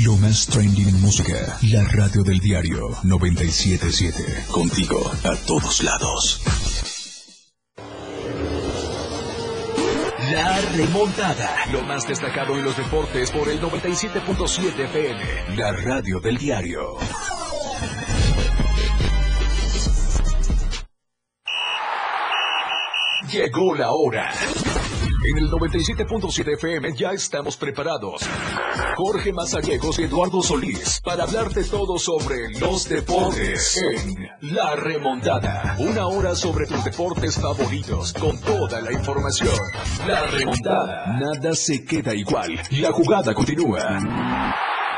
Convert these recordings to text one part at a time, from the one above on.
Lo más trending en música. La radio del diario 97.7. Contigo a todos lados. La remontada. Lo más destacado en los deportes por el 97.7 FM. La radio del diario. Llegó la hora. En el 97.7 FM ya estamos preparados. Jorge Mazariegos y Eduardo Solís para hablarte todo sobre los deportes en La Remontada. Una hora sobre tus deportes favoritos con toda la información. La Remontada. Nada se queda igual. La jugada continúa.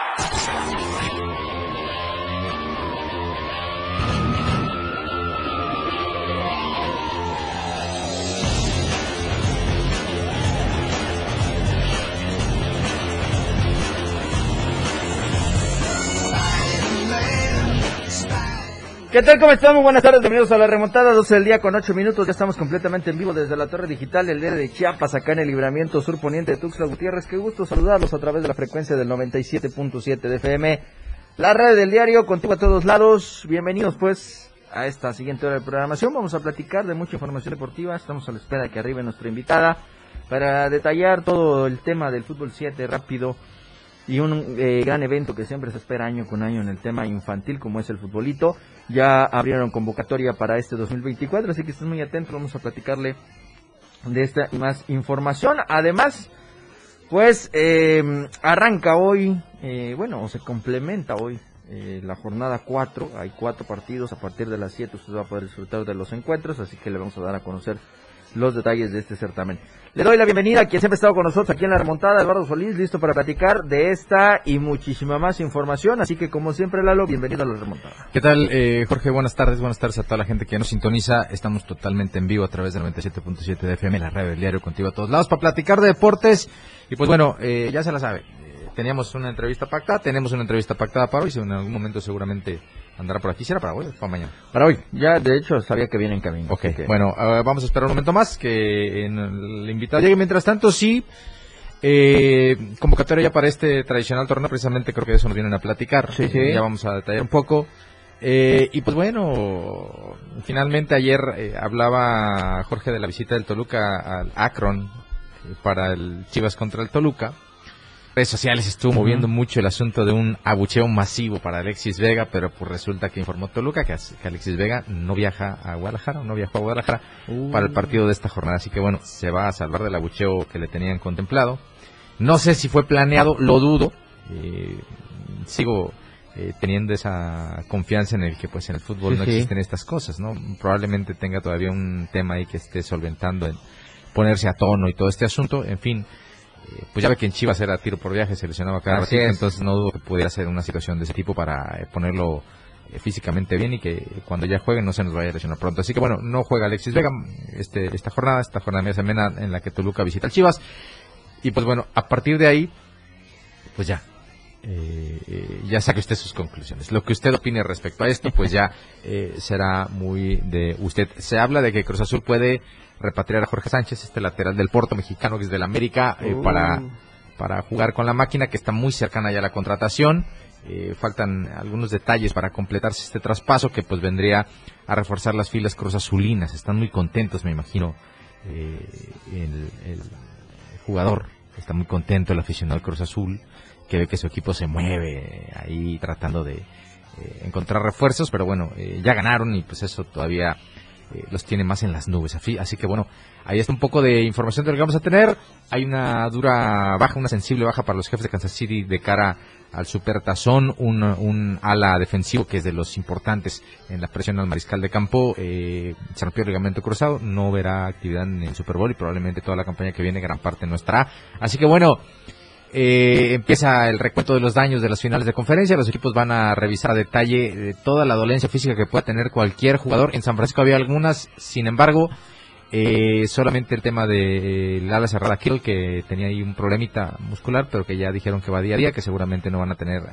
¿Qué tal? ¿Cómo están? Muy buenas tardes, bienvenidos a La Remontada, 12 del día con 8 minutos. Ya estamos completamente en vivo desde la Torre Digital del diario de Chiapas, acá en el libramiento sur poniente de Tuxtla Gutiérrez. Qué gusto saludarlos a través de la frecuencia del 97.7 de FM. La radio del diario, contigo a todos lados. Bienvenidos pues a esta siguiente hora de programación. Vamos a platicar de mucha información deportiva. Estamos a la espera de que arribe nuestra invitada para detallar todo el tema del fútbol 7 rápido. Y un gran evento que siempre se espera año con año en el tema infantil, como es el futbolito. Ya abrieron convocatoria para este 2024, así que estén muy atentos. Vamos a platicarle de esta y más información. Además, pues arranca hoy, o se complementa hoy la jornada 4. Hay 4 partidos, a partir de las 7 usted va a poder disfrutar de los encuentros, así que le vamos a dar a conocer los detalles de este certamen. Le doy la bienvenida a quien siempre ha estado con nosotros aquí en La Remontada, Eduardo Solís, listo para platicar de esta y muchísima más información. Así que, como siempre, Lalo, bienvenido a La Remontada. ¿Qué tal, Jorge? Buenas tardes a toda la gente que nos sintoniza. Estamos totalmente en vivo a través del 97.7 de FM, la radio del diario, contigo a todos lados, para platicar de deportes. Y pues bueno, ya se la sabe, tenemos una entrevista pactada para hoy, si en algún momento seguramente andará por aquí. ¿Será para hoy o para mañana? Para hoy, ya de hecho sabía que viene en camino. Ok, bueno, vamos a esperar un momento más que el invitado llegue. Mientras tanto, sí, convocatoria ya para este tradicional torneo, precisamente creo que de eso nos vienen a platicar. Sí. Ya vamos a detallar un poco. Y pues bueno, finalmente ayer hablaba Jorge de la visita del Toluca al Akron para el Chivas contra el Toluca. Redes sociales estuvo moviendo mucho el asunto de un abucheo masivo para Alexis Vega, pero pues resulta que informó Toluca que Alexis Vega no viajó a Guadalajara para el partido de esta jornada, así que bueno, se va a salvar del abucheo que le tenían contemplado. No sé si fue planeado, lo dudo. Sigo teniendo esa confianza en el que pues en el fútbol no existen estas cosas, ¿no? Probablemente tenga todavía un tema ahí que esté solventando en ponerse a tono y todo este asunto, en fin. Pues ya ve que en Chivas era tiro por viaje, se lesionaba cada ratito, entonces no dudo que pudiera ser una situación de ese tipo para ponerlo físicamente bien y que cuando ya juegue no se nos vaya a lesionar pronto. Así que bueno, no juega Alexis Vega esta jornada media semana en la que Toluca visita al Chivas. Y pues bueno, a partir de ahí, pues ya saque usted sus conclusiones. Lo que usted opine respecto a esto, pues ya será muy de usted. Se habla de que Cruz Azul puede repatriar a Jorge Sánchez, lateral del Porto mexicano que es del América, para jugar con la máquina, que está muy cercana ya a la contratación. Faltan algunos detalles para completarse este traspaso, que pues vendría a reforzar las filas cruzazulinas. Están muy contentos, me imagino, el jugador está muy contento, el aficionado del Cruz Azul, que ve que su equipo se mueve ahí tratando de encontrar refuerzos, pero bueno, ya ganaron y pues eso todavía los tiene más en las nubes. Así que bueno, ahí está un poco de información de lo que vamos a tener. Hay una una sensible baja para los jefes de Kansas City de cara al Supertazón, un ala defensivo que es de los importantes en la presión al mariscal de campo. Se rompió el ligamento cruzado, no verá actividad en el Super Bowl y probablemente toda la campaña que viene gran parte no estará. Así que bueno, empieza el recuento de los daños de las finales de conferencia. Los equipos van a revisar a detalle toda la dolencia física que pueda tener cualquier jugador. En San Francisco había algunas, sin embargo, solamente el tema del ala cerrada Kittle, que tenía ahí un problemita muscular, pero que ya dijeron que va día a día, que seguramente no van a tener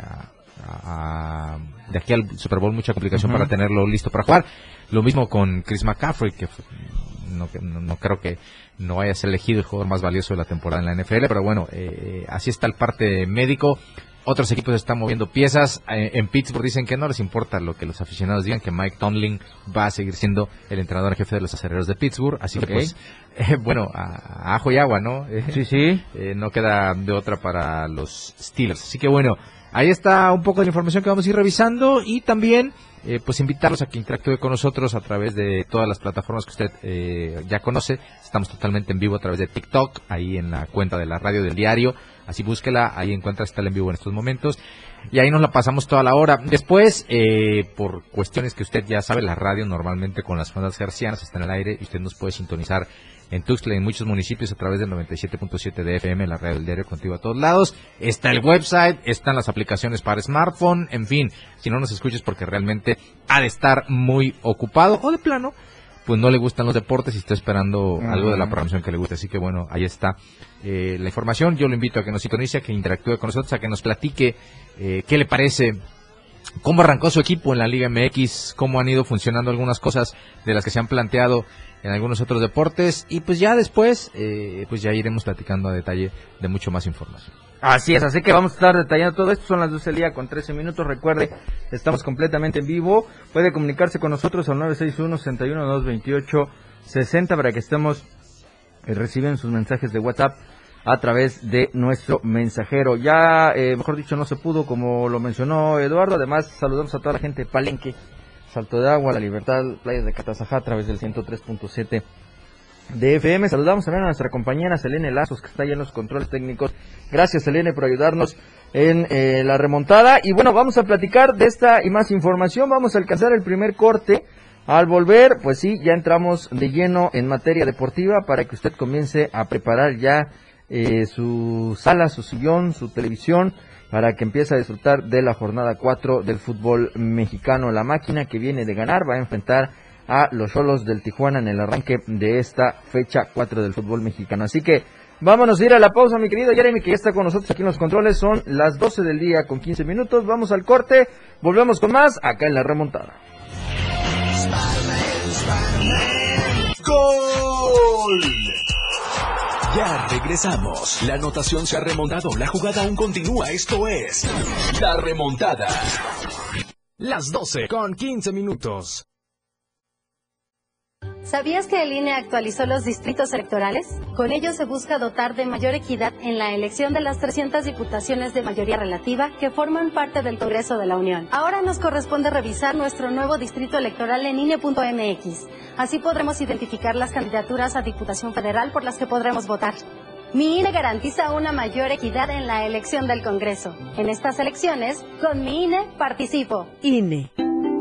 de aquí al Super Bowl mucha complicación para tenerlo listo para jugar. Lo mismo con Chris McCaffrey, que no creo que no vaya a ser elegido el jugador más valioso de la temporada en la NFL, pero bueno, así está el parte médico. Otros equipos están moviendo piezas. En Pittsburgh dicen que no les importa lo que los aficionados digan, que Mike Tomlin va a seguir siendo el entrenador en jefe de los Acereros de Pittsburgh. Así que pues, bueno, a ajo y agua, ¿no? Sí. No queda de otra para los Steelers. Así que bueno, ahí está un poco de la información que vamos a ir revisando y también pues invitarlos a que interactúe con nosotros a través de todas las plataformas que usted ya conoce. Estamos totalmente en vivo a través de TikTok, ahí en la cuenta de la radio del diario. Así búsquela, ahí encuentra está el en vivo en estos momentos. Y ahí nos la pasamos toda la hora. Después, por cuestiones que usted ya sabe, la radio normalmente con las bandas hercianas está en el aire y usted nos puede sintonizar en Tuxtla y en muchos municipios a través del 97.7 de FM, la radio del diario contigo a todos lados. Está el website, están las aplicaciones para smartphone, en fin, si no nos escuches porque realmente ha de estar muy ocupado o de plano, pues no le gustan los deportes y está esperando algo de la programación que le guste. Así que bueno, ahí está la información. Yo lo invito a que nos sintonice, a que interactúe con nosotros, a que nos platique qué le parece, cómo arrancó su equipo en la Liga MX, cómo han ido funcionando algunas cosas de las que se han planteado en algunos otros deportes y pues ya después pues ya iremos platicando a detalle de mucho más información. Así es, así que vamos a estar detallando todo esto. Son las 12 del día con 13 minutos. Recuerde, estamos completamente en vivo. Puede comunicarse con nosotros al 961-61-228-60 para que estemos recibiendo sus mensajes de WhatsApp a través de nuestro mensajero. Ya, mejor dicho, no se pudo, como lo mencionó Eduardo. Además, saludamos a toda la gente de Palenque, Salto de Agua, La Libertad, Playas de Catazajá a través del 103.7 de FM. Saludamos también a nuestra compañera Selene Lazos, que está allá en los controles técnicos. Gracias, Selene, por ayudarnos en la remontada. Y bueno, vamos a platicar de esta y más información. Vamos a alcanzar el primer corte. Al volver, pues sí, ya entramos de lleno en materia deportiva para que usted comience a preparar ya su sala, su sillón, su televisión, para que empiece a disfrutar de la jornada 4 del fútbol mexicano. La máquina que viene de ganar va a enfrentar a los Xolos del Tijuana en el arranque de esta fecha 4 del fútbol mexicano. Así que vámonos a ir a la pausa, mi querido Jeremy, que ya está con nosotros aquí en los controles. Son las 12 del día con 15 minutos. Vamos al corte, volvemos con más acá en La Remontada. ¡Gol! Ya regresamos. La anotación se ha remontado. La jugada aún continúa. Esto es La Remontada. Las 12 con 15 minutos. ¿Sabías que el INE actualizó los distritos electorales? Con ello se busca dotar de mayor equidad en la elección de las 300 diputaciones de mayoría relativa que forman parte del Congreso de la Unión. Ahora nos corresponde revisar nuestro nuevo distrito electoral en INE.mx. Así podremos identificar las candidaturas a Diputación Federal por las que podremos votar. Mi INE garantiza una mayor equidad en la elección del Congreso. En estas elecciones, con mi INE participo. INE.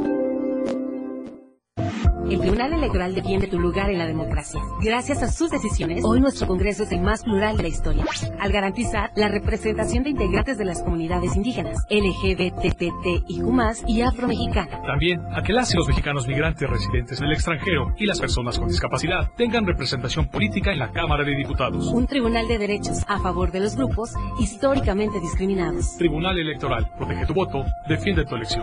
El Tribunal Electoral defiende tu lugar en la democracia. Gracias a sus decisiones, hoy nuestro Congreso es el más plural de la historia, al garantizar la representación de integrantes de las comunidades indígenas, LGBTTIQ+, y afromexicanas. También a que las y los mexicanos migrantes residentes en el extranjero y las personas con discapacidad tengan representación política en la Cámara de Diputados. Un tribunal de derechos a favor de los grupos históricamente discriminados. Tribunal Electoral, protege tu voto, defiende tu elección.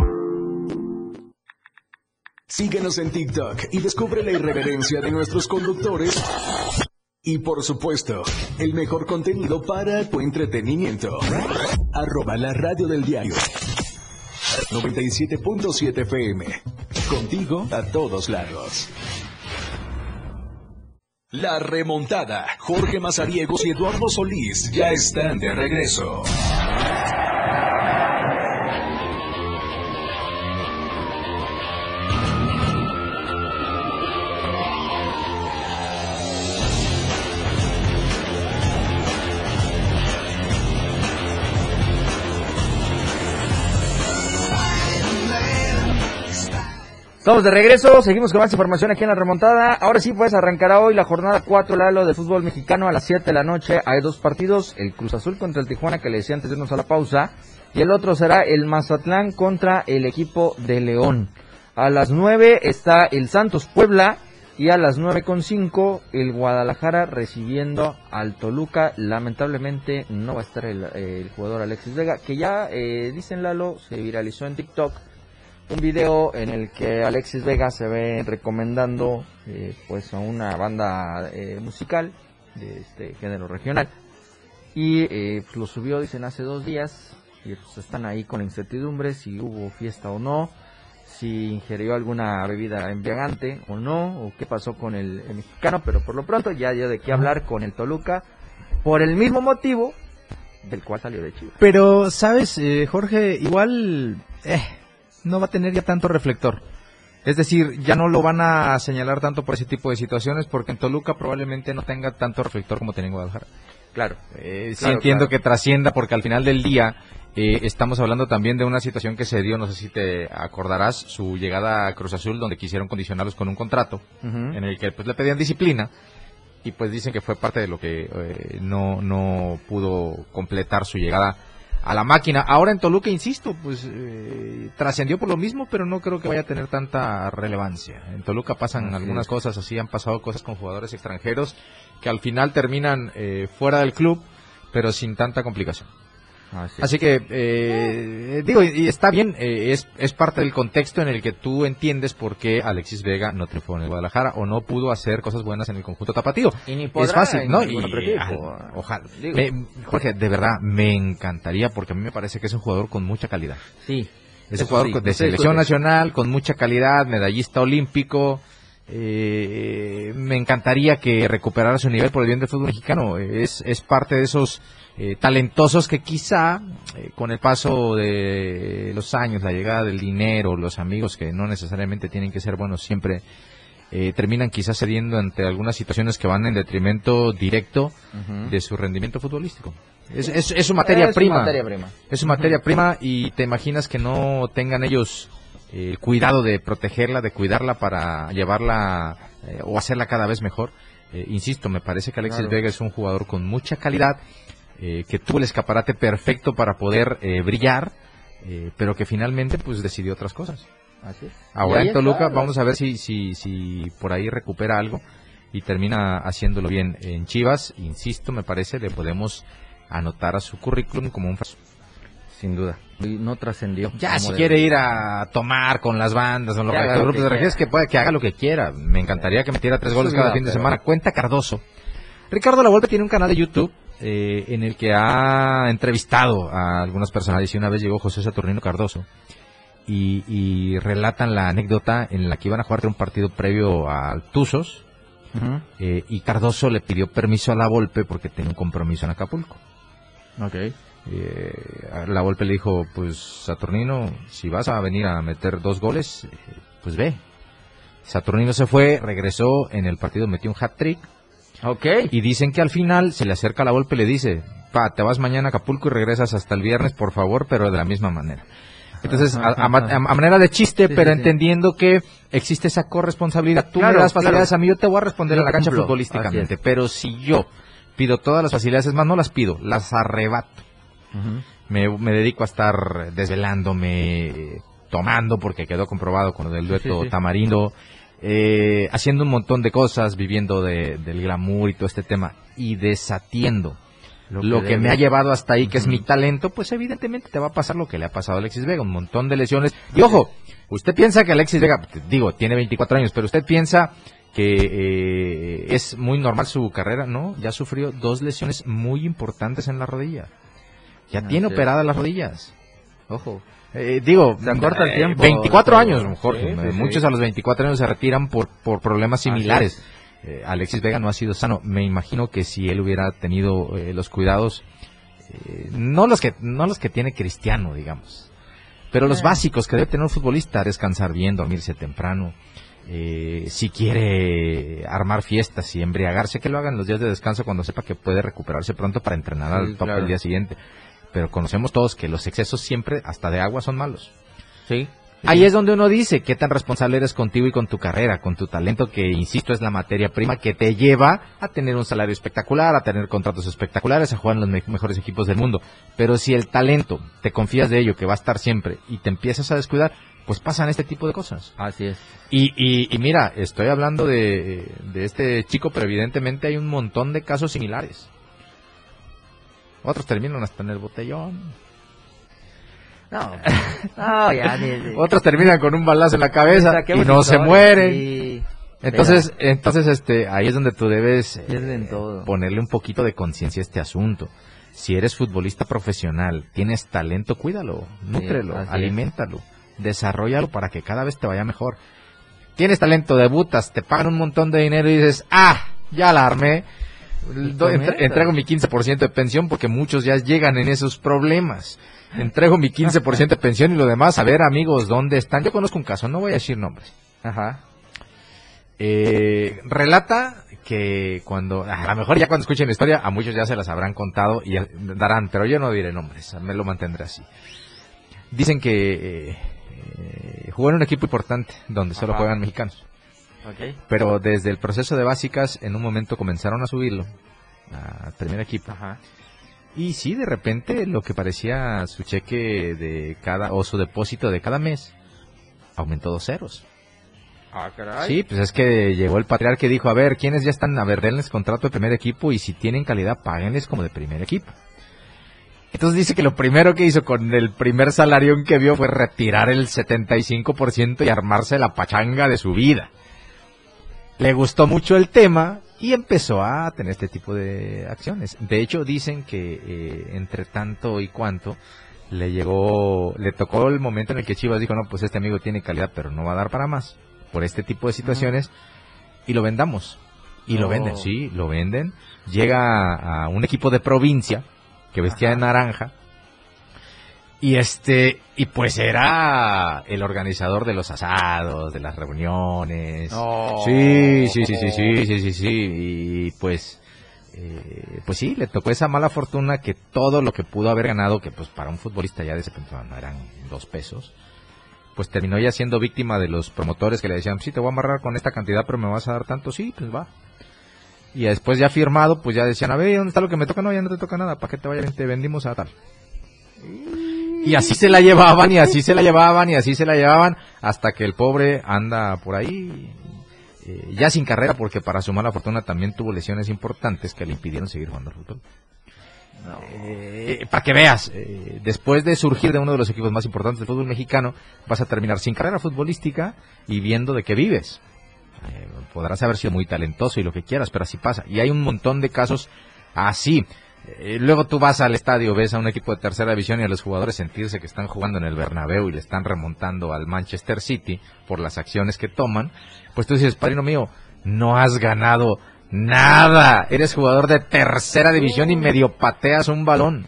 Síguenos en TikTok y descubre la irreverencia de nuestros conductores. Y por supuesto, el mejor contenido para tu entretenimiento. @la radio del diario. 97.7 FM. Contigo a todos lados. La Remontada. Jorge Mazariegos y Eduardo Solís ya están de regreso. Estamos de regreso, seguimos con más información aquí en La Remontada. Ahora sí, pues arrancará hoy la jornada 4, Lalo, del fútbol mexicano a las 7 de la noche. Hay dos partidos, el Cruz Azul contra el Tijuana, que le decía antes de irnos a la pausa, y el otro será el Mazatlán contra el equipo de León. A las 9 está el Santos Puebla, y a las 9:05 el Guadalajara recibiendo al Toluca. Lamentablemente no va a estar el jugador Alexis Vega, que ya, dicen Lalo, se viralizó en TikTok un video en el que Alexis Vega se ve recomendando pues a una banda musical de este género regional, y pues lo subió, dicen, hace 2 días, y pues están ahí con la incertidumbre si hubo fiesta o no, si ingirió alguna bebida embriagante o no, o qué pasó con el mexicano, pero por lo pronto ya dio de qué hablar con el Toluca por el mismo motivo del cual salió de Chivas. Pero, ¿sabes, Jorge? Igual no va a tener ya tanto reflector. Es decir, ya no lo van a señalar tanto por ese tipo de situaciones, porque en Toluca probablemente no tenga tanto reflector como tiene en Guadalajara. Claro. Sí entiendo que trascienda, porque al final del día estamos hablando también de una situación que se dio, no sé si te acordarás, su llegada a Cruz Azul, donde quisieron condicionarlos con un contrato, en el que pues le pedían disciplina, y pues dicen que fue parte de lo que no pudo completar su llegada a la máquina. Ahora en Toluca, insisto, pues trascendió por lo mismo, pero no creo que vaya a tener tanta relevancia. En Toluca pasan algunas cosas así, han pasado cosas con jugadores extranjeros que al final terminan fuera del club, pero sin tanta complicación. Así que, digo, y está bien, es parte del contexto en el que tú entiendes por qué Alexis Vega no triunfó en el Guadalajara o no pudo hacer cosas buenas en el conjunto tapatío. Y ni podrá, es fácil, ¿no? Ojalá. Jorge, de verdad, me encantaría, porque a mí me parece que es un jugador con mucha calidad. Sí. Es un jugador de selección nacional, con mucha calidad, medallista olímpico. Me encantaría que recuperara su nivel por el bien del fútbol mexicano. Es parte de esos talentosos que quizá con el paso de los años, la llegada del dinero, los amigos que no necesariamente tienen que ser buenos siempre, terminan quizás cediendo ante algunas situaciones que van en detrimento directo de su rendimiento futbolístico. Es su materia prima. Es su materia prima, y te imaginas que no tengan ellos el cuidado de protegerla, de cuidarla para llevarla o hacerla cada vez mejor. Insisto, me parece que Alexis Vega es un jugador con mucha calidad, que tuvo el escaparate perfecto para poder brillar, pero que finalmente pues decidió otras cosas. Así es. Ahora en Toluca vamos a ver si por ahí recupera algo y termina haciéndolo bien. En Chivas, insisto, me parece le podemos anotar a su currículum como un fracaso. Sin duda. Y no trascendió. Ya, si quiere ir a tomar con las bandas o los grupos de regios, que haga lo que quiera. Me encantaría que metiera 3 goles cada fin de semana. Cuenta Cardoso. Ricardo Lavolpe tiene un canal de YouTube en el que ha entrevistado a algunas personas, y una vez llegó José Saturnino Cardoso y relatan la anécdota en la que iban a jugar un partido previo al Tuzos, y Cardoso le pidió permiso a Lavolpe porque tenía un compromiso en Acapulco. Lavolpe le dijo, pues Saturnino, si vas a venir a meter 2 goles, pues ve. Saturnino se fue, regresó, en el partido metió un hat-trick. Y dicen que al final se le acerca a Lavolpe y le dice, te vas mañana a Acapulco y regresas hasta el viernes, por favor, pero de la misma manera. Entonces, a manera de chiste, pero entendiendo que existe esa corresponsabilidad. Tú me das facilidades a mí, yo te voy a responder en la cancha futbolísticamente, pero si yo pido todas las facilidades, es más, no las pido, las arrebato. Me dedico a estar desvelándome, tomando, porque quedó comprobado con lo del dueto Tamarindo, haciendo un montón de cosas, viviendo del glamour y todo este tema, y desatiendo lo que me ha llevado hasta ahí, que es mi talento, pues evidentemente te va a pasar lo que le ha pasado a Alexis Vega, un montón de lesiones. Y ojo, usted piensa que Alexis Vega, digo, tiene 24 años, pero usted piensa que es muy normal su carrera, ¿no? Ya sufrió 2 lesiones muy importantes en la rodilla. Ya tiene operadas las rodillas. Ojo. Digo, se acorta el tiempo. 24 años, Jorge. Muchos a los 24 años se retiran por problemas similares. Alexis Vega no ha sido sano. Me imagino que si él hubiera tenido los cuidados, no los que tiene Cristiano, digamos, pero los básicos que debe tener un futbolista: descansar bien, dormirse temprano. Si quiere armar fiestas y embriagarse, que lo hagan los días de descanso cuando sepa que puede recuperarse pronto para entrenar al top el día siguiente. Pero conocemos todos que los excesos siempre, hasta de agua, son malos. Ahí es donde uno dice qué tan responsable eres contigo y con tu carrera, con tu talento, que insisto es la materia prima que te lleva a tener un salario espectacular, a tener contratos espectaculares, a jugar en los mejores equipos del mundo. Pero si el talento, te confías de ello, que va a estar siempre, y te empiezas a descuidar, pues pasan este tipo de cosas. Así es. Y mira, estoy hablando de este chico, pero evidentemente hay un montón de casos similares. Otros terminan hasta en el botellón. Otros terminan con un balazo en la cabeza y no se mueren. Entonces, ahí es donde tú debes ponerle un poquito de conciencia a este asunto. Si eres futbolista profesional, tienes talento, cuídalo, nútrelo, aliméntalo, desarróllalo para que cada vez te vaya mejor. Tienes talento, debutas, te pagan un montón de dinero y dices, ya la armé, entrego mi 15% de pensión porque muchos ya llegan en esos problemas. Entrego mi 15% de pensión y lo demás, a ver amigos, ¿dónde están? Yo conozco un caso, no voy a decir nombres. Relata que cuando, a lo mejor ya cuando escuchen la historia, a muchos ya se las habrán contado y darán, pero yo no diré nombres, me lo mantendré así. Dicen que jugó en un equipo importante donde solo juegan mexicanos. Pero desde el proceso de básicas, en un momento comenzaron a subirlo al primer equipo. Y sí, de repente lo que parecía su cheque de o su depósito de cada mes aumentó 2 ceros. Caray. Sí, pues es que llegó el patriarca y dijo, a ver, ¿quiénes ya están? A ver, denles contrato de primer equipo y si tienen calidad, páguenles como de primer equipo. Entonces dice que lo primero que hizo con el primer salarión que vio fue retirar el 75% y armarse la pachanga de su vida. Le gustó mucho el tema y empezó a tener este tipo de acciones. De hecho, dicen que entre tanto y cuanto le tocó el momento en el que Chivas dijo, no, pues este amigo tiene calidad, pero no va a dar para más por este tipo de situaciones, y lo vendamos. Y lo venden, sí, lo venden. Llega a un equipo de provincia que vestía de naranja, y pues era el organizador de los asados, de las reuniones. Sí, y pues sí, le tocó esa mala fortuna que todo lo que pudo haber ganado, que pues para un futbolista ya de ese punto no eran 2 pesos, pues terminó ya siendo víctima de los promotores que le decían, sí, te voy a amarrar con esta cantidad, pero me vas a dar tanto, sí, pues va. Y después ya firmado, pues ya decían, a ver, ¿dónde está lo que me toca? No, ya no te toca nada, ¿para qué te vaya? Te vendimos a tal. Y así se la llevaban, hasta que el pobre anda por ahí, ya sin carrera, porque para su mala fortuna también tuvo lesiones importantes que le impidieron seguir jugando al fútbol. Para que veas, después de surgir de uno de los equipos más importantes del fútbol mexicano, vas a terminar sin carrera futbolística y viendo de qué vives. Podrás haber sido muy talentoso y lo que quieras, pero así pasa. Y hay un montón de casos así. Luego tú vas al estadio, ves a un equipo de tercera división y a los jugadores sentirse que están jugando en el Bernabéu y le están remontando al Manchester City por las acciones que toman. Pues tú dices, padrino mío, no has ganado nada. Eres jugador de tercera división y medio pateas un balón.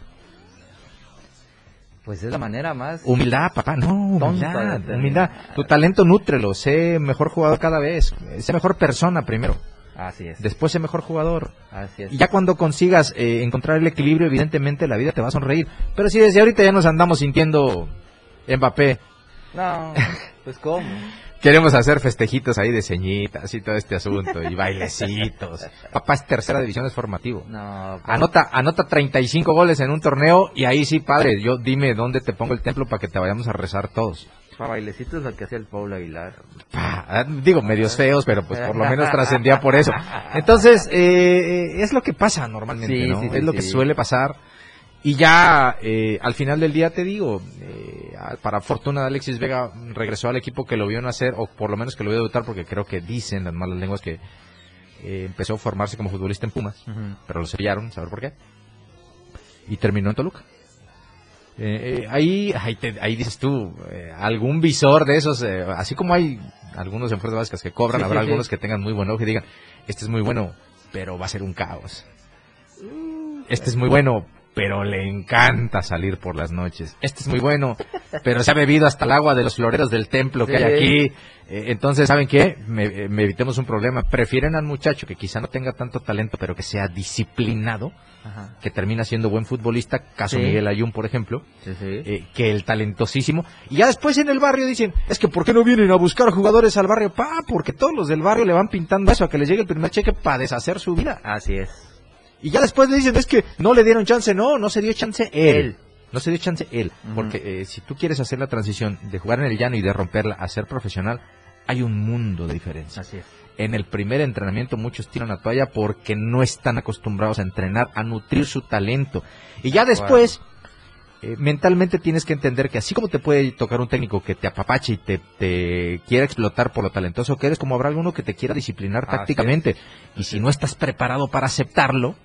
Pues es la manera más... Humildad, papá, humildad. Tu talento nútrelo, sé mejor jugador cada vez, sé mejor persona primero. Así es. Después sé mejor jugador. Así es. Y ya cuando consigas encontrar el equilibrio, evidentemente la vida te va a sonreír. Pero si desde ahorita ya nos andamos sintiendo Mbappé. No, pues ¿cómo? Queremos hacer festejitos ahí de ceñitas y todo este asunto, y bailecitos. Papá, es tercera división, es formativo. No, Anota 35 goles en un torneo, y ahí sí, padre, dime dónde te pongo el templo para que te vayamos a rezar todos. Para bailecitos lo que hacía el Paulo Aguilar. Digo, medios feos, pero pues por lo menos trascendía por eso. Entonces, es lo que pasa normalmente, sí, ¿no? Sí, es lo que suele pasar. Y ya, al final del día te digo, para fortuna de Alexis Vega, regresó al equipo que lo vio nacer, o por lo menos que lo vio debutar, porque creo que dicen las malas lenguas que empezó a formarse como futbolista en Pumas, pero lo sellaron, ¿saber por qué? Y terminó en Toluca. Ahí dices tú, algún visor de esos, así como hay algunos en Fuerzas Básicas que cobran, habrá algunos que tengan muy buen ojo y digan, este es muy bueno, pero va a ser un caos. Este es muy bueno, pero le encanta salir por las noches. Este es muy bueno, pero se ha bebido hasta el agua de los floreros del templo que hay aquí. Entonces, ¿saben qué? Me evitemos un problema. Prefieren al muchacho que quizá no tenga tanto talento, pero que sea disciplinado, que termina siendo buen futbolista, caso Miguel Ayun, por ejemplo, que el talentosísimo. Y ya después en el barrio dicen, es que ¿por qué no vienen a buscar jugadores al barrio? Porque todos los del barrio le van pintando eso, a que les llegue el primer cheque para deshacer su vida. Así es. Y ya después le dicen, es que no le dieron chance. No se dio chance él. No se dio chance él. Porque si tú quieres hacer la transición de jugar en el llano y de romperla a ser profesional, hay un mundo de diferencia. Así es. En el primer entrenamiento muchos tiran la toalla porque no están acostumbrados a entrenar, a nutrir su talento. Y ya después, mentalmente tienes que entender que así como te puede tocar un técnico que te apapache y te quiera explotar por lo talentoso que eres, como habrá alguno que te quiera disciplinar tácticamente. Y si no estás preparado para aceptarlo,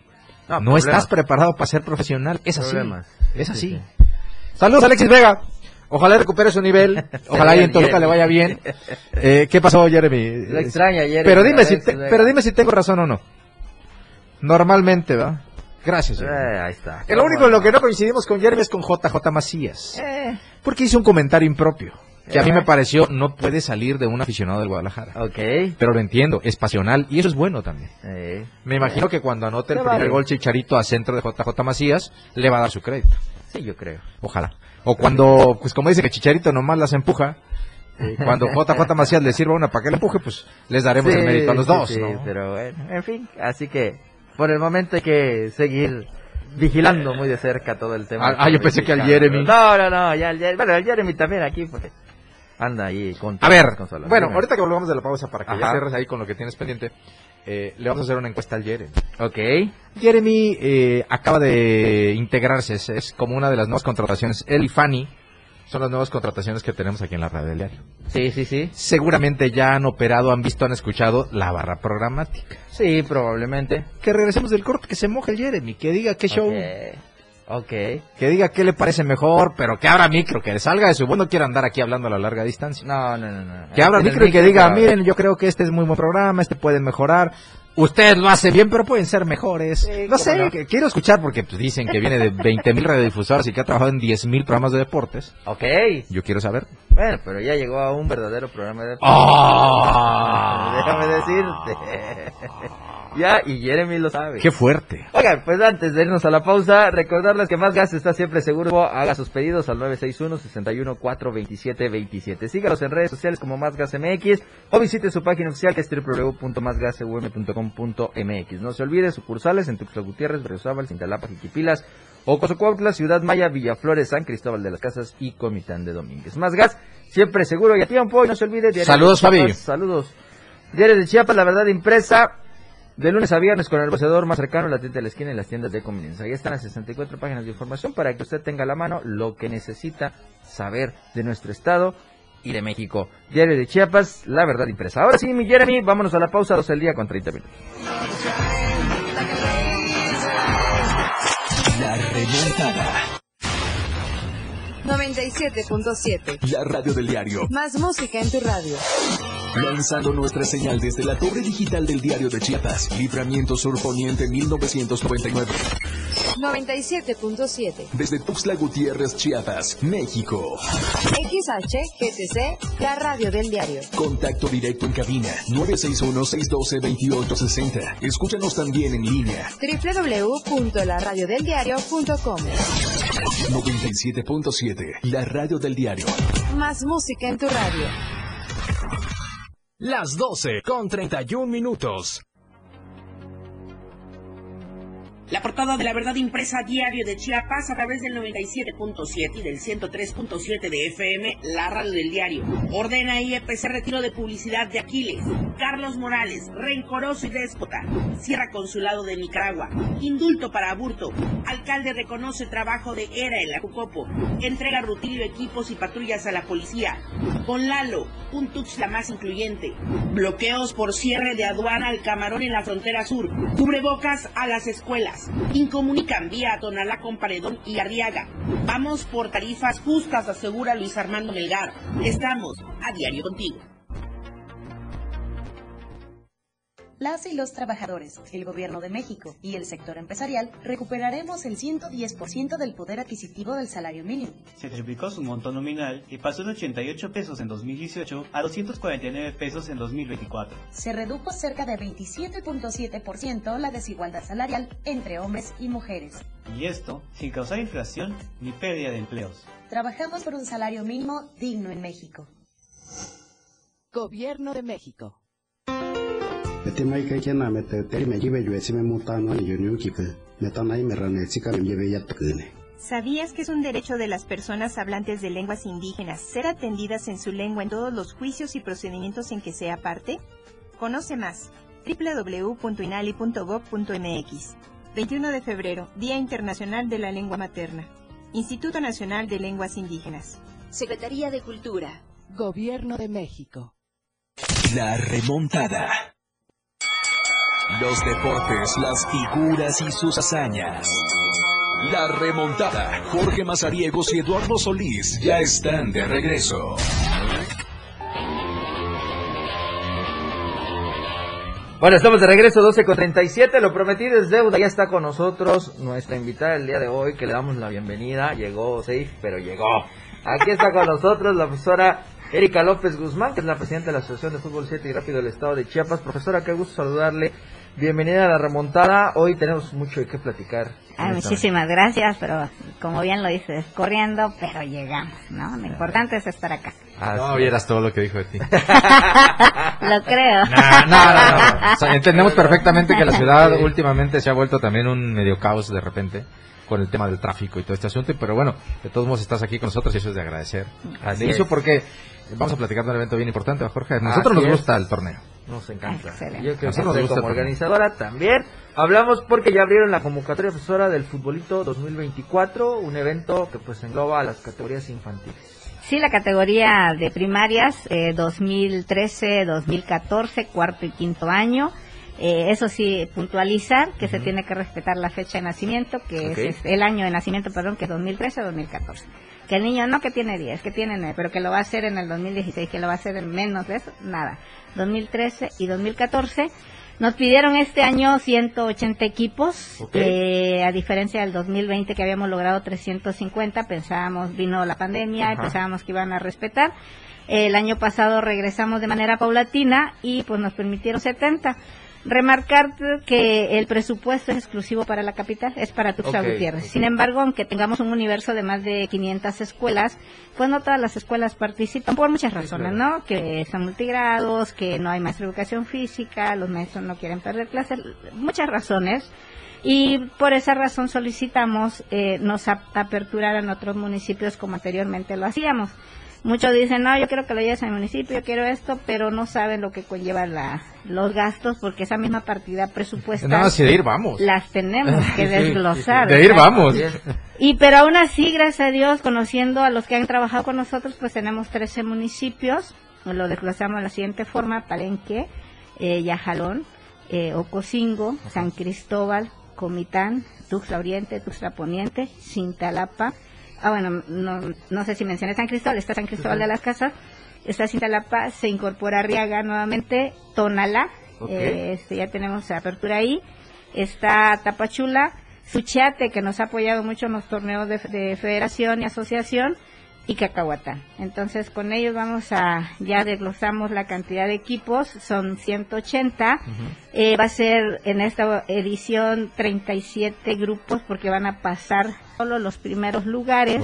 No estás preparado para ser profesional. Es así. Es así. Sí. Saludos, Alexis Vega. Ojalá recupere su nivel. Ojalá ahí en Toluca le vaya bien. ¿Qué pasó, Jeremy? Lo extraña, Jeremy. Pero dime si tengo razón o no. Normalmente, ¿va? Gracias. Ahí está. Lo único en lo que no coincidimos con Jeremy es con JJ Macías. Porque hizo un comentario impropio. Que a mí me pareció, no puede salir de un aficionado del Guadalajara. Ok. Pero lo entiendo, es pasional y eso es bueno también. Me imagino que cuando anote el primer gol Chicharito a centro de JJ Macías, le va a dar su crédito. Sí, yo creo. Ojalá. O cuando, pues como dice que Chicharito nomás las empuja, cuando JJ Macías le sirva una para que le empuje, pues les daremos el mérito a los dos, sí, ¿no? Pero bueno, en fin, así que por el momento hay que seguir vigilando muy de cerca todo el tema. Yo pensé que al Jeremy. No, ya el Jeremy también aquí, porque anda ahí con... A ver, bueno, ahorita que volvamos de la pausa para que ya cierres ahí con lo que tienes pendiente, le vamos a hacer una encuesta al Jeremy. Ok. Jeremy acaba de integrarse, es como una de las nuevas contrataciones. Él y Fanny son las nuevas contrataciones que tenemos aquí en la radio del diario. Sí. Seguramente ya han operado, han visto, han escuchado la barra programática. Sí, probablemente. Que regresemos del corte, que se moje el Jeremy, que diga qué show. Ok. Que diga qué le parece mejor, pero que abra micro, que salga de su... Bueno, no quiere andar aquí hablando a la larga distancia. No. Que abra micro y que diga, miren, yo creo que este es muy buen programa, este puede mejorar. Ustedes lo hacen bien, pero pueden ser mejores. No sé, quiero escuchar porque pues, dicen que viene de 20,000 radiodifusoras y que ha trabajado en 10,000 programas de deportes. Ok. Yo quiero saber. Bueno, pero ya llegó a un verdadero programa de deportes. Déjame decirte. Ya, y Jeremy lo sabe. ¡Qué fuerte! Oigan, pues antes de irnos a la pausa, recordarles que Más Gas está siempre seguro. Haga sus pedidos al 961-61-427-27. Sígalos en redes sociales como Más Gas MX o visite su página oficial que es www.másgasum.com.mx. No se olvide, sucursales en Tuxtla Gutiérrez, Berriozábal, Cintalapa, Jiquipilas, Ocosocuautla, Ciudad Maya, Villaflores, San Cristóbal de las Casas y Comitán de Domínguez. Más Gas, siempre seguro y a tiempo. Y no se olvide, saludos, Fabi. Saludos. Diario de Chiapas, la verdad impresa. De lunes a viernes con el boceador más cercano, la tienda de la esquina y las tiendas de conveniencia. Ahí están las 64 páginas de información para que usted tenga a la mano lo que necesita saber de nuestro estado y de México. Diario de Chiapas, la verdad impresa. Ahora sí, mi Jeremy, vámonos a la pausa, 12 del día con 30 minutos. La remontada. 97.7. La radio del diario. Más música en tu radio. Lanzando nuestra señal desde la torre digital del diario de Chiapas. Libramiento Sur Poniente 1999. 97.7. Desde Tuxtla Gutiérrez, Chiapas, México. XHGTC, la radio del diario. Contacto directo en cabina 961-612-2860. Escúchanos también en línea. www.laradiodeldiario.com. 97.7. La radio del diario. Más música en tu radio. Las 12:31. La portada de La Verdad Impresa, Diario de Chiapas, a través del 97.7 y del 103.7 de FM, la radio del diario. Ordena IEPC retiro de publicidad de Aquiles. Carlos Morales, rencoroso y déspota. Cierra consulado de Nicaragua. Indulto para Aburto. Alcalde reconoce trabajo de ERA en la Jucopo. Entrega rutilio, equipos y patrullas a la policía. Con Lalo, un Tuxtla más incluyente. Bloqueos por cierre de aduana al Camarón en la frontera sur. Cubrebocas a las escuelas. Incomunican vía a Tonalá con Paredón y Arriaga. Vamos por tarifas justas, asegura Luis Armando Melgar. Estamos a diario contigo. Las y los trabajadores, el Gobierno de México y el sector empresarial recuperaremos el 110% del poder adquisitivo del salario mínimo. Se triplicó su monto nominal y pasó de 88 pesos en 2018 a 249 pesos en 2024. Se redujo cerca de 27.7% la desigualdad salarial entre hombres y mujeres. Y esto sin causar inflación ni pérdida de empleos. Trabajamos por un salario mínimo digno en México. Gobierno de México. ¿Sabías que es un derecho de las personas hablantes de lenguas indígenas ser atendidas en su lengua en todos los juicios y procedimientos en que sea parte? Conoce más. www.inali.gov.mx. 21 de febrero, Día Internacional de la Lengua Materna. Instituto Nacional de Lenguas Indígenas. Secretaría de Cultura. Gobierno de México. La remontada. Los deportes, las figuras y sus hazañas. La remontada. Jorge Mazariegos y Eduardo Solís ya están de regreso. Bueno, estamos de regreso, 12:37, lo prometido es deuda, ya está con nosotros nuestra invitada el día de hoy, que le damos la bienvenida, llegó safe, pero llegó. Aquí está con nosotros la profesora Erika López Guzmán, que es la presidenta de la Asociación de Fútbol 7 y Rápido del Estado de Chiapas. Profesora, qué gusto saludarle, bienvenida a la remontada, hoy tenemos mucho de qué platicar. Muchísimas gracias, pero como bien lo dices, corriendo, pero llegamos, ¿no? Lo importante es estar acá. No vieras todo lo que dijo de ti. Lo creo. No. O sea, entendemos perfectamente que la ciudad últimamente se ha vuelto también un medio caos de repente con el tema del tráfico y todo este asunto, pero bueno, de todos modos estás aquí con nosotros y eso es de agradecer. Así es. Porque vamos a platicar de un evento bien importante, Jorge. A nosotros nos gusta el torneo. Nos encanta. Excelente. Yo creo que usted como organizadora también. Hablamos porque ya abrieron la convocatoria, profesora, del Futbolito 2024, un evento que pues engloba a las categorías infantiles. Sí, la categoría de primarias, 2013, 2014, cuarto y quinto año. Eso sí, puntualizar que se tiene que respetar la fecha de nacimiento, que es el año de nacimiento, perdón, que es 2013 o 2014. Que el niño no que tiene 10, que tiene 9, pero que lo va a hacer en el 2016, que lo va a hacer en menos de eso, nada. 2013 y 2014. Nos pidieron este año 180 equipos, a diferencia del 2020 que habíamos logrado 350, pensábamos, vino la pandemia, pensábamos que iban a respetar. El año pasado regresamos de manera paulatina y pues nos permitieron 70. Remarcar que el presupuesto es exclusivo para la capital, es para Tuxtla Gutiérrez. Sin embargo, aunque tengamos un universo de más de 500 escuelas, pues no todas las escuelas participan por muchas razones, ¿no? Que son multigrados, que no hay maestro de educación física, los maestros no quieren perder clases, muchas razones. Y por esa razón solicitamos nos aperturaran otros municipios como anteriormente lo hacíamos. Muchos dicen, no, yo quiero que lo lleves a mi municipio, yo quiero esto, pero no saben lo que conlleva los gastos, porque esa misma partida presupuestal nada, si de ir vamos. Las tenemos que desglosar. De ir vamos. Pero aún así, gracias a Dios, conociendo a los que han trabajado con nosotros, pues tenemos 13 municipios, lo desglosamos de la siguiente forma: Palenque, Yajalón, Ocosingo, San Cristóbal, Comitán, Tuxtla Oriente, Tuxtla Poniente, Cintalapa. Bueno, no sé si mencioné San Cristóbal, está San Cristóbal de las Casas, está Cintalapa, se incorpora Arriaga nuevamente, Tonalá, ya tenemos apertura ahí, está Tapachula, Suchiate, que nos ha apoyado mucho en los torneos de federación y asociación, y Cacahuatán. Entonces con ellos ya desglosamos la cantidad de equipos, son 180, va a ser en esta edición 37 grupos porque van a pasar solo los primeros lugares.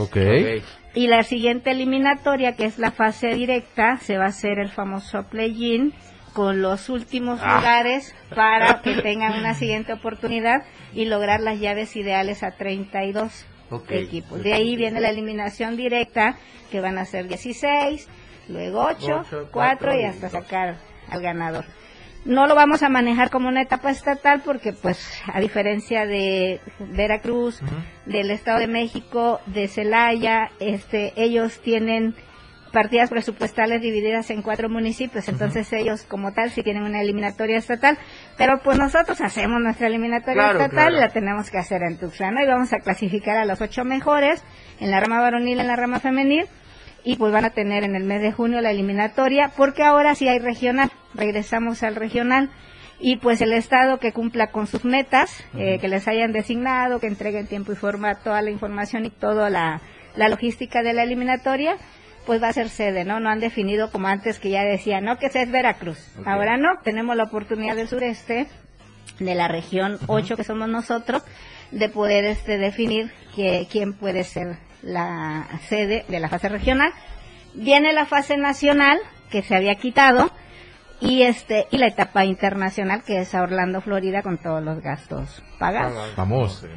Y la siguiente eliminatoria, que es la fase directa, se va a hacer el famoso play-in con los últimos lugares para que tengan una siguiente oportunidad y lograr las llaves ideales a 32 equipos. De ahí viene la eliminación directa, que van a ser 16, luego 8, 4 y hasta sacar al ganador. No lo vamos a manejar como una etapa estatal porque, pues, a diferencia de Veracruz, del Estado de México, de Celaya, ellos tienen partidas presupuestales divididas en 4 municipios, entonces ellos como tal sí tienen una eliminatoria estatal, pero pues nosotros hacemos nuestra eliminatoria estatal y la tenemos que hacer en Tuxtla, ¿no? Y vamos a clasificar a los 8 mejores en la rama varonil, en la rama femenil, y pues van a tener en el mes de junio la eliminatoria, porque ahora sí hay regional, regresamos al regional, y pues el estado que cumpla con sus metas, que les hayan designado, que entregue en tiempo y forma toda la información y toda la logística de la eliminatoria, pues va a ser sede, ¿no? No han definido como antes, que ya decían, no, que es Veracruz. Ahora no, tenemos la oportunidad del sureste, de la región 8 que somos nosotros, de poder definir quién puede ser la sede de la fase regional. Viene la fase nacional, que se había quitado, y la etapa internacional, que es a Orlando, Florida, con todos los gastos pagados. Vamos.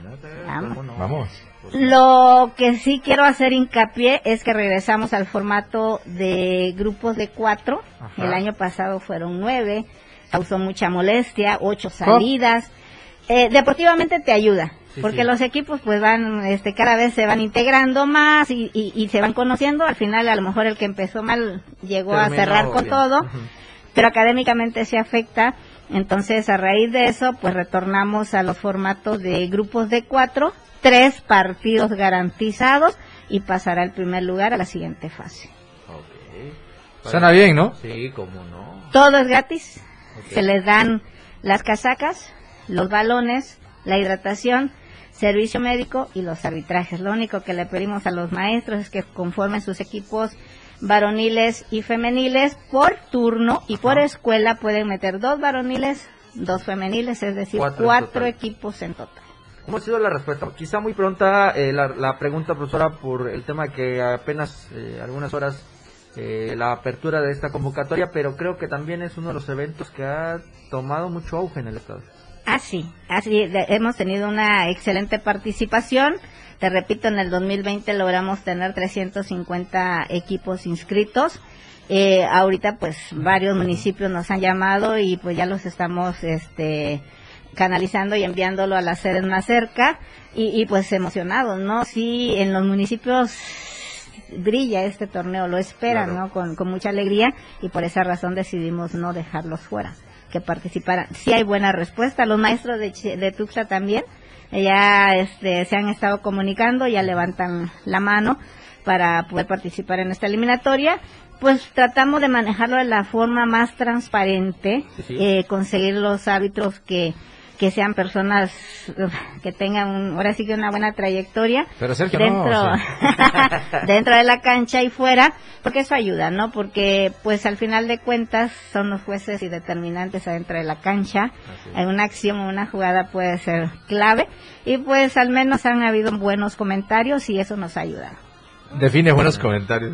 Lo que sí quiero hacer hincapié es que regresamos al formato de grupos de 4. El año pasado fueron 9, causó mucha molestia, 8 salidas. Deportivamente te ayuda, porque los equipos pues van, cada vez se van integrando más y se van conociendo. Al final a lo mejor el que empezó mal llegó a cerrar con todo, pero académicamente se afecta Entonces, a raíz de eso, pues retornamos a los formatos de grupos de 4, 3 partidos garantizados y pasará el primer lugar a la siguiente fase. Okay. Suena bien, ¿no? Sí, cómo no. Todo es gratis. Okay. Se les dan las casacas, los balones, la hidratación, servicio médico y los arbitrajes. Lo único que le pedimos a los maestros es que conformen sus equipos varoniles y femeniles por turno y por escuela pueden meter 2 varoniles, 2 femeniles, es decir, 4 equipos en total. ¿Cómo ha sido la respuesta? Quizá muy pronta la pregunta, profesora, por el tema que apenas algunas horas la apertura de esta convocatoria, pero creo que también es uno de los eventos que ha tomado mucho auge en el estado. Así, hemos tenido una excelente participación. Te repito, en el 2020 logramos tener 350 equipos inscritos. Ahorita pues varios municipios nos han llamado y pues ya los estamos canalizando y enviándolo a las sedes más cerca y pues emocionados, ¿no? Sí, en los municipios brilla este torneo, lo esperan, claro, ¿no? Con mucha alegría y por esa razón decidimos no dejarlos fuera, que participaran. Sí hay buena respuesta, los maestros de Tuxtla también ya se han estado comunicando, ya levantan la mano para poder participar en esta eliminatoria. Pues tratamos de manejarlo de la forma más transparente, sí. Conseguir los árbitros que sean personas que tengan ahora sí que una buena trayectoria. Pero Sergio, dentro de la cancha y fuera, porque eso ayuda, ¿no? Porque pues al final de cuentas son los jueces y determinantes adentro de la cancha. En una acción o una jugada puede ser clave y pues al menos han habido buenos comentarios y eso nos ayuda. Define buenos comentarios.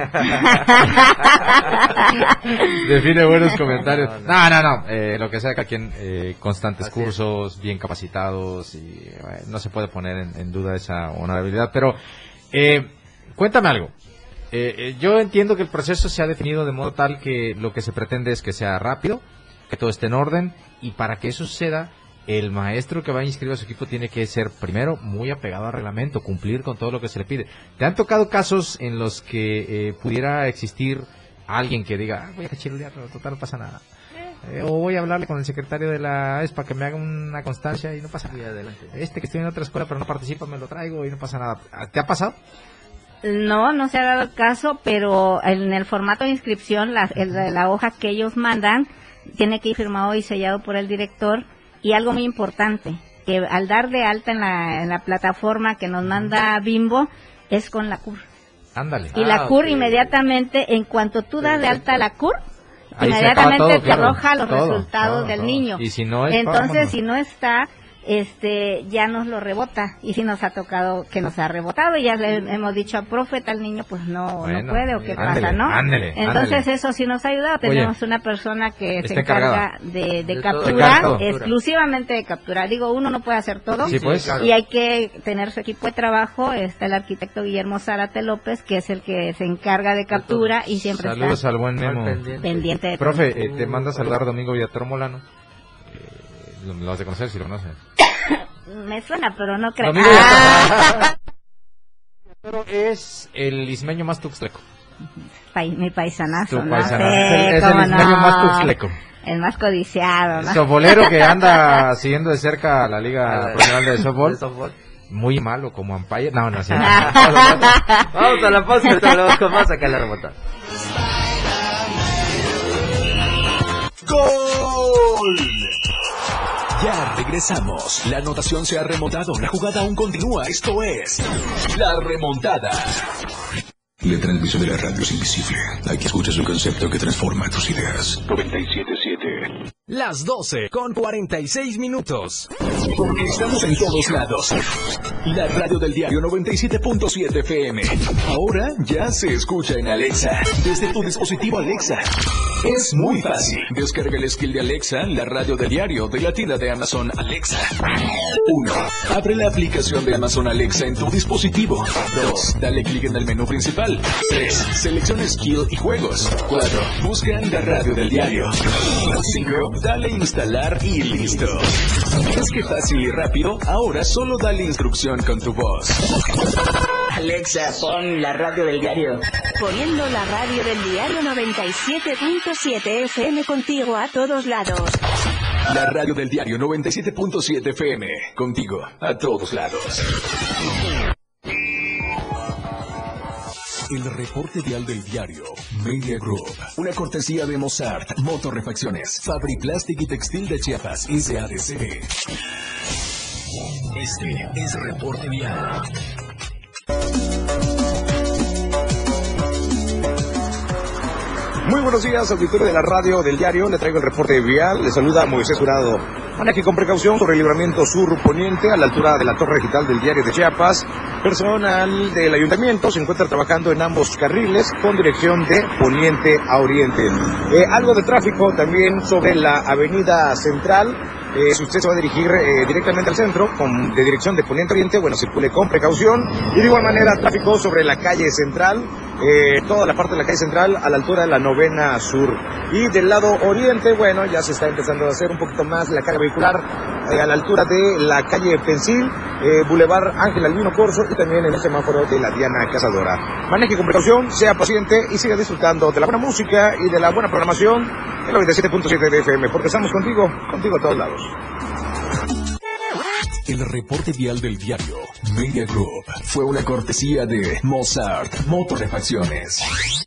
Define buenos comentarios. No. Lo que sea que aquí constantes cursos, bien capacitados y no se puede poner en duda esa honorabilidad. Pero cuéntame algo. Yo entiendo que el proceso se ha definido de modo tal que lo que se pretende es que sea rápido, que todo esté en orden y para que eso suceda, el maestro que va a inscribir a su equipo tiene que ser, primero, muy apegado al reglamento, cumplir con todo lo que se le pide. ¿Te han tocado casos en los que pudiera existir alguien que diga, voy a cachirulear, total, no pasa nada? O voy a hablarle con el secretario de la ESPA que me haga una constancia y no pasa nada. Que estoy en otra escuela pero no participa, me lo traigo y no pasa nada. ¿Te ha pasado? No se ha dado el caso, pero en el formato de inscripción, la hoja que ellos mandan tiene que ir firmado y sellado por el director. Y algo muy importante, que al dar de alta en la plataforma que nos manda Bimbo, es con la CUR. Ándale. Y la CUR inmediatamente, en cuanto tú das de alta la CUR, inmediatamente te arroja los resultados del niño. Y si no entonces, si no está, ya nos lo rebota. Y si nos ha tocado que nos ha rebotado, y ya le hemos dicho a profe, tal niño pues no puede o qué pasa, ¿no? Entonces eso sí nos ha ayudado. Tenemos una persona que se encarga de captura, exclusivamente de captura. Digo, uno no puede hacer todo, sí, pues, claro. Y hay que tener su equipo de trabajo. Está el arquitecto Guillermo Zárate López, que es el que se encarga de captura y siempre Saludos está al buen Memo. pendiente de profe, te manda a saludar Domingo Villator Molano. Lo vas a conocer si lo conoces. Me suena, pero no creo. Pero es el ismeño más tuxtleco. Mi paisanazo. Tu paisanazo. Es el ismeño más tuxtleco. El más codiciado, ¿no? Softbolero que anda siguiendo de cerca la Liga Profesional de Softball. Muy malo como umpire. No. Vamos a la pausa y luego con más acá en la remota. ¡Gol! Ya regresamos. La anotación se ha remontado. La jugada aún continúa. Esto es La Remontada. La transmisión de la radio es invisible. Aquí escuchas un concepto que transforma tus ideas. 97.7. Las 12:46. Porque estamos en todos lados. La radio del diario 97.7 FM. Ahora ya se escucha en Alexa. Desde tu dispositivo Alexa. Es muy fácil. Descarga el skill de Alexa, la radio del diario de la tienda de Amazon Alexa. 1. Abre la aplicación de Amazon Alexa en tu dispositivo. 2. Dale clic en el menú principal. 3. Selecciona skill y juegos. 4. Busca la radio del diario. 5. Dale instalar y listo. ¿Es que fácil y rápido? Ahora solo dale instrucción con tu voz. Alexa, pon la radio del diario. Poniendo la radio del diario 97.7 FM contigo a todos lados. La radio del diario 97.7 FM. Contigo, a todos lados. El reporte vial del diario Media Group. Una cortesía de Mozart, Motorrefacciones, Fabriplastic y Textil de Chiapas, SADCB. Este es Reporte Vial. Muy buenos días, auditorio de la radio del diario. Le traigo el reporte vial. Le saluda Moisés Jurado. Maneje con precaución sobre el libramiento sur-poniente a la altura de la torre digital del diario de Chiapas. Personal del ayuntamiento se encuentra trabajando en ambos carriles con dirección de poniente a oriente. Algo de tráfico también sobre la avenida central. Si usted se va a dirigir directamente al centro, de dirección de poniente a oriente, bueno, circule con precaución. Y de igual manera, tráfico sobre la calle central, toda la parte de la calle central a la altura de la 9ª Sur. Y del lado oriente, bueno, ya se está empezando a hacer un poquito más la carga vehicular a la altura de la calle Pensil, Boulevard Ángel Albino Corzo y también en el semáforo de la Diana Cazadora. Maneje con precaución, sea paciente y siga disfrutando de la buena música y de la buena programación en el 97.7 de FM, porque estamos contigo a todos lados. El reporte vial del diario Media Group fue una cortesía de Mozart Motorrefacciones.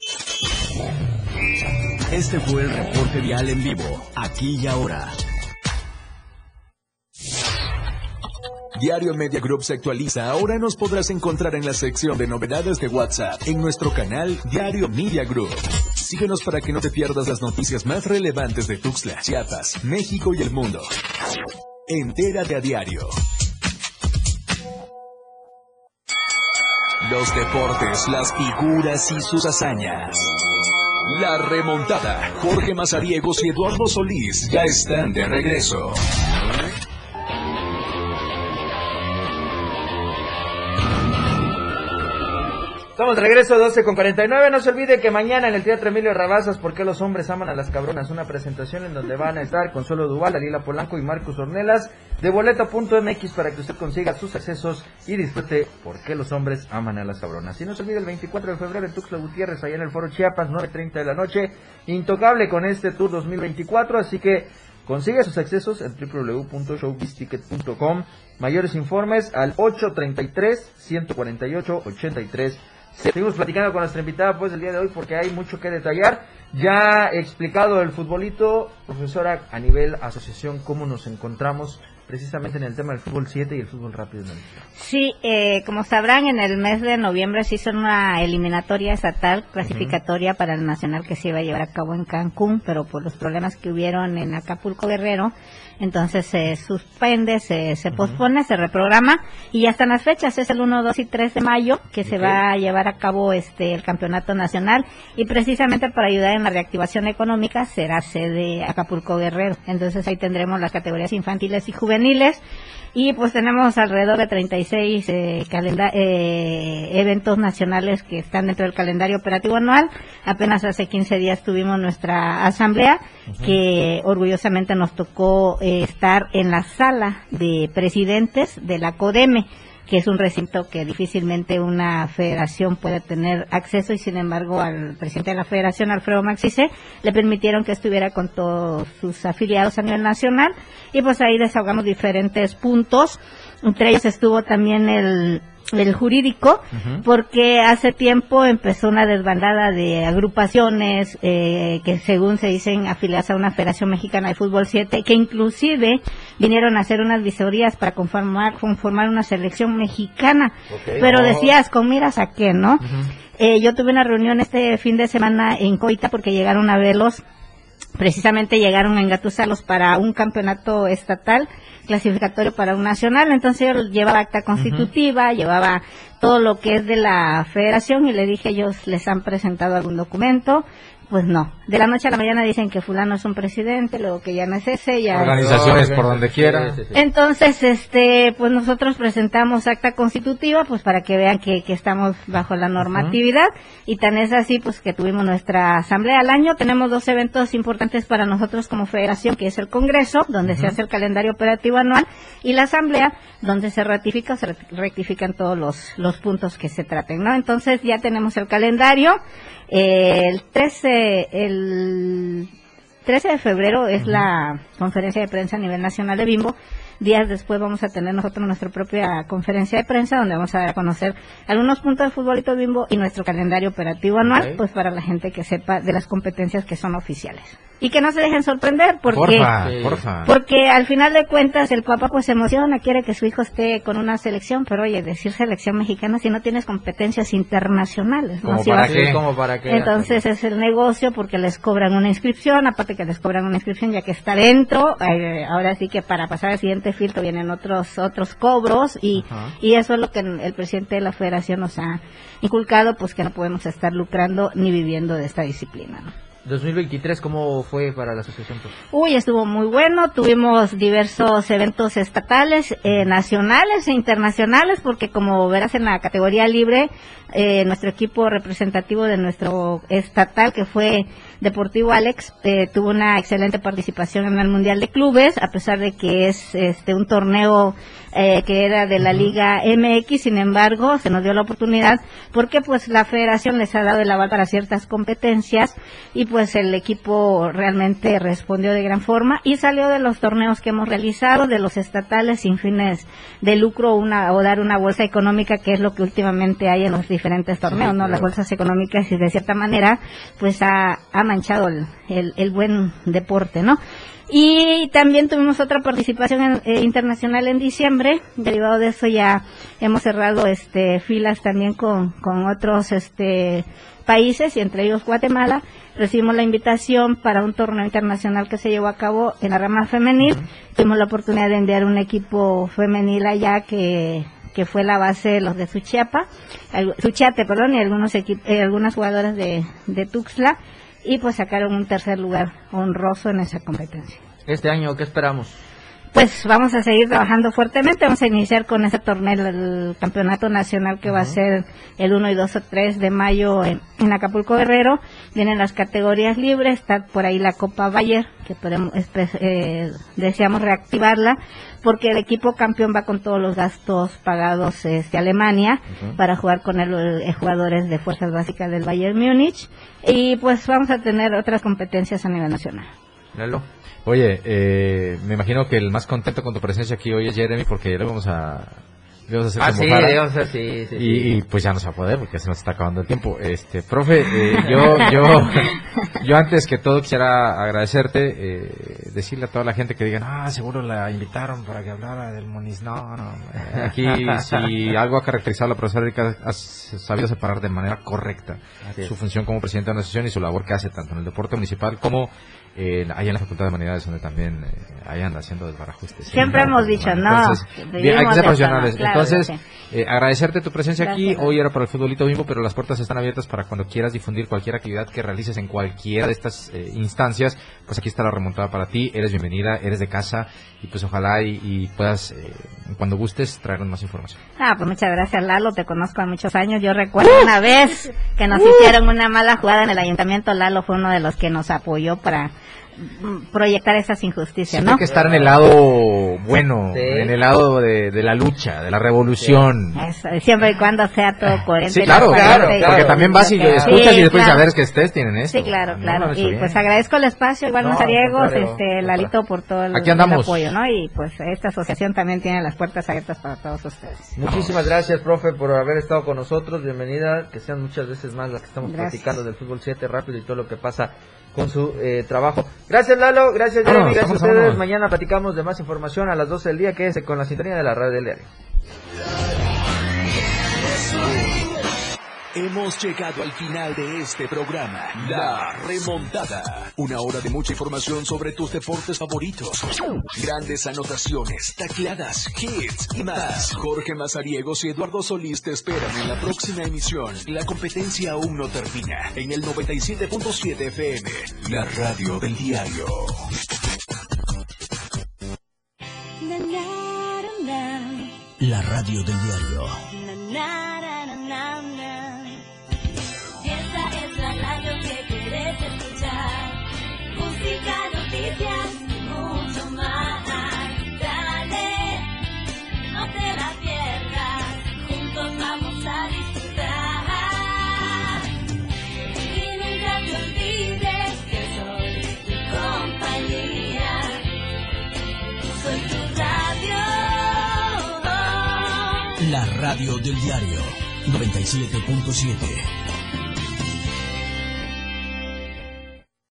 Este fue el reporte vial en vivo, aquí y ahora. Diario Media Group se actualiza. Ahora nos podrás encontrar en la sección de novedades de WhatsApp en nuestro canal Diario Media Group. Síguenos para que no te pierdas las noticias más relevantes de Tuxtla, Chiapas, México y el mundo. Entérate a diario. Los deportes, las figuras y sus hazañas. La remontada. Jorge Mazariegos y Eduardo Solís ya están de regreso. Estamos de regreso, 12:49. No se olvide que mañana en el Teatro Emilio Rabasas, ¿por qué los hombres aman a las cabronas? Una presentación en donde van a estar Consuelo Duval, Dalila Polanco y Marcos Ornelas, de boleto.mx para que usted consiga sus accesos y disfrute ¿por qué los hombres aman a las cabronas? Y no se olvide el 24 de febrero en Tuxtla Gutiérrez, allá en el Foro Chiapas, 9:30 de la noche, intocable con este Tour 2024, así que consigue sus accesos en www.showbizticket.com. Mayores informes al 833-148-83. Seguimos platicando con nuestra invitada pues el día de hoy porque hay mucho que detallar. Ya he explicado el futbolito, profesora, a nivel asociación, cómo nos encontramos precisamente en el tema del fútbol 7 y el fútbol rápido. Sí, como sabrán, en el mes de noviembre se hizo una eliminatoria estatal clasificatoria para el nacional que se iba a llevar a cabo en Cancún, pero por los problemas que hubieron en Acapulco Guerrero, entonces se suspende, se pospone, se reprograma y ya están las fechas. Es el 1, 2 y 3 de mayo que se va a llevar a cabo el campeonato nacional y precisamente para ayudar en la reactivación económica será sede Acapulco Guerrero. Entonces ahí tendremos las categorías infantiles y juveniles y pues tenemos alrededor de 36 eventos nacionales que están dentro del calendario operativo anual. Apenas hace 15 días tuvimos nuestra asamblea que orgullosamente nos tocó estar en la sala de presidentes de la CODEME, que es un recinto que difícilmente una federación puede tener acceso, y sin embargo al presidente de la federación, Alfredo Maxice, le permitieron que estuviera con todos sus afiliados a nivel nacional, y pues ahí desahogamos diferentes puntos. Entre ellos estuvo también el jurídico, porque hace tiempo empezó una desbandada de agrupaciones que según se dicen afiliadas a una Federación Mexicana de Fútbol 7, que inclusive vinieron a hacer unas visorías para conformar una selección mexicana, pero decías, ¿con miras a qué, no? Yo tuve una reunión este fin de semana en Coita porque llegaron a verlos, precisamente llegaron a engatusarlos para un campeonato estatal clasificatorio para un nacional. Entonces yo llevaba acta constitutiva, llevaba todo lo que es de la federación y le dije, ellos les han presentado algún documento. Pues no, de la noche a la mañana dicen que fulano es un presidente, luego que ya no es ese, ya... Organizaciones por donde quiera. Entonces, pues nosotros presentamos acta constitutiva, pues para que vean que estamos bajo la normatividad, y tan es así, pues que tuvimos nuestra asamblea al año. Tenemos 2 eventos importantes para nosotros como federación, que es el Congreso, donde se hace el calendario operativo anual, y la asamblea, donde se rectifican todos los puntos que se traten, ¿no? Entonces ya tenemos el calendario. El 13 de febrero es la conferencia de prensa a nivel nacional de Bimbo. Días después vamos a tener nosotros nuestra propia conferencia de prensa donde vamos a conocer algunos puntos de Futbolito Bimbo y nuestro calendario operativo anual, pues para la gente que sepa de las competencias que son oficiales. Y que no se dejen sorprender porque porque al final de cuentas el papá pues se emociona, quiere que su hijo esté con una selección, pero oye, decir selección mexicana si no tienes competencias internacionales, ¿no? ¿Como para qué? Entonces es el negocio porque les cobran una inscripción, aparte que les cobran una inscripción ya que está dentro, ahora sí que para pasar al siguiente filtro vienen otros cobros y eso es lo que el presidente de la federación nos ha inculcado, pues que no podemos estar lucrando ni viviendo de esta disciplina, ¿no? 2023, ¿cómo fue para la asociación? Uy, estuvo muy bueno, tuvimos diversos eventos estatales, nacionales e internacionales, porque como verás en la categoría libre, nuestro equipo representativo de nuestro estatal, que fue Deportivo Alex, tuvo una excelente participación en el Mundial de Clubes, a pesar de que es un torneo que era de la Liga MX, sin embargo, se nos dio la oportunidad, porque pues la federación les ha dado el aval para ciertas competencias, y pues el equipo realmente respondió de gran forma, y salió de los torneos que hemos realizado, de los estatales sin fines de lucro, o dar una bolsa económica, que es lo que últimamente hay en los diferentes torneos, ¿no? Las bolsas económicas, y de cierta manera, pues ha manchado el buen deporte, ¿no? Y también tuvimos otra participación internacional en diciembre. Derivado de eso ya hemos cerrado filas también con otros países, y entre ellos Guatemala. Recibimos la invitación para un torneo internacional que se llevó a cabo en la rama femenil. Tuvimos la oportunidad de enviar un equipo femenil allá que fue la base de los de Suchiate, y algunas jugadoras de Tuxtla, y pues sacaron un tercer lugar honroso en esa competencia. ¿Este año qué esperamos? Pues vamos a seguir trabajando fuertemente, vamos a iniciar con ese torneo, el campeonato nacional que va a ser el 1 y 2 o 3 de mayo en Acapulco Guerrero. Vienen las categorías libres, está por ahí la Copa Bayer, que deseamos reactivarla, porque el equipo campeón va con todos los gastos pagados a Alemania, para jugar con jugadores de fuerzas básicas del Bayern Múnich, y pues vamos a tener otras competencias a nivel nacional. Lalo. Oye, me imagino que el más contento con tu presencia aquí hoy es Jeremy, porque le vamos a hacer sí. Y pues ya no se va a poder porque se nos está acabando el tiempo. Profe, yo antes que todo quisiera agradecerte, decirle a toda la gente que digan, seguro la invitaron para que hablara del Moniz. No, aquí si algo ha caracterizado a la profesora Erika, ha sabido separar de manera correcta su función como presidenta de una asociación y su labor que hace tanto en el deporte municipal como allá en la Facultad de Humanidades, donde también ahí anda haciendo desbarajustes. Siempre hemos dicho, entonces, hay que ser profesionales. Claro, entonces, agradecerte tu presencia aquí. Hoy era para el Futbolito Bimbo, pero las puertas están abiertas para cuando quieras difundir cualquier actividad que realices en cualquiera de estas instancias. Pues aquí está la remontada para ti. Eres bienvenida, eres de casa, y pues ojalá y puedas, cuando gustes, traernos más información. Pues muchas gracias, Lalo. Te conozco hace muchos años. Yo recuerdo una vez que nos hicieron una mala jugada en el ayuntamiento. Lalo fue uno de los que nos apoyó para proyectar esas injusticias, ¿no? Hay que estar en el lado bueno, en el lado de la lucha, de la revolución. Eso, siempre y cuando sea todo coherente. Sí, claro, porque también vas y escuchas y después saber que tienen esto. Sí, claro. Y pues agradezco el espacio, igual Mazariegos, Lalito, por todo el apoyo, ¿no? Y pues esta asociación también tiene las puertas abiertas para todos ustedes. Muchísimas gracias, profe, por haber estado con nosotros. Bienvenida, que sean muchas veces más las que estamos platicando del fútbol 7 rápido y todo lo que pasa con su trabajo. Gracias, Lalo, gracias, Jeremy, gracias a ustedes. Mañana platicamos de más información a las 12 del día. Quédese con la sintonía de la radio del diario. Hemos llegado al final de este programa, La Remontada. Una hora de mucha información sobre tus deportes favoritos. Grandes anotaciones, tacleadas, hits y más. Jorge Mazariegos y Eduardo Solís te esperan en la próxima emisión. La competencia aún no termina. En el 97.7 FM, la radio del diario. La radio del diario. Esta es la radio que querés escuchar. Música, noticias y mucho más. Dale, no te la pierdas. Juntos vamos a disfrutar. Y nunca te olvides que soy tu corazón. La radio del diario 97.7.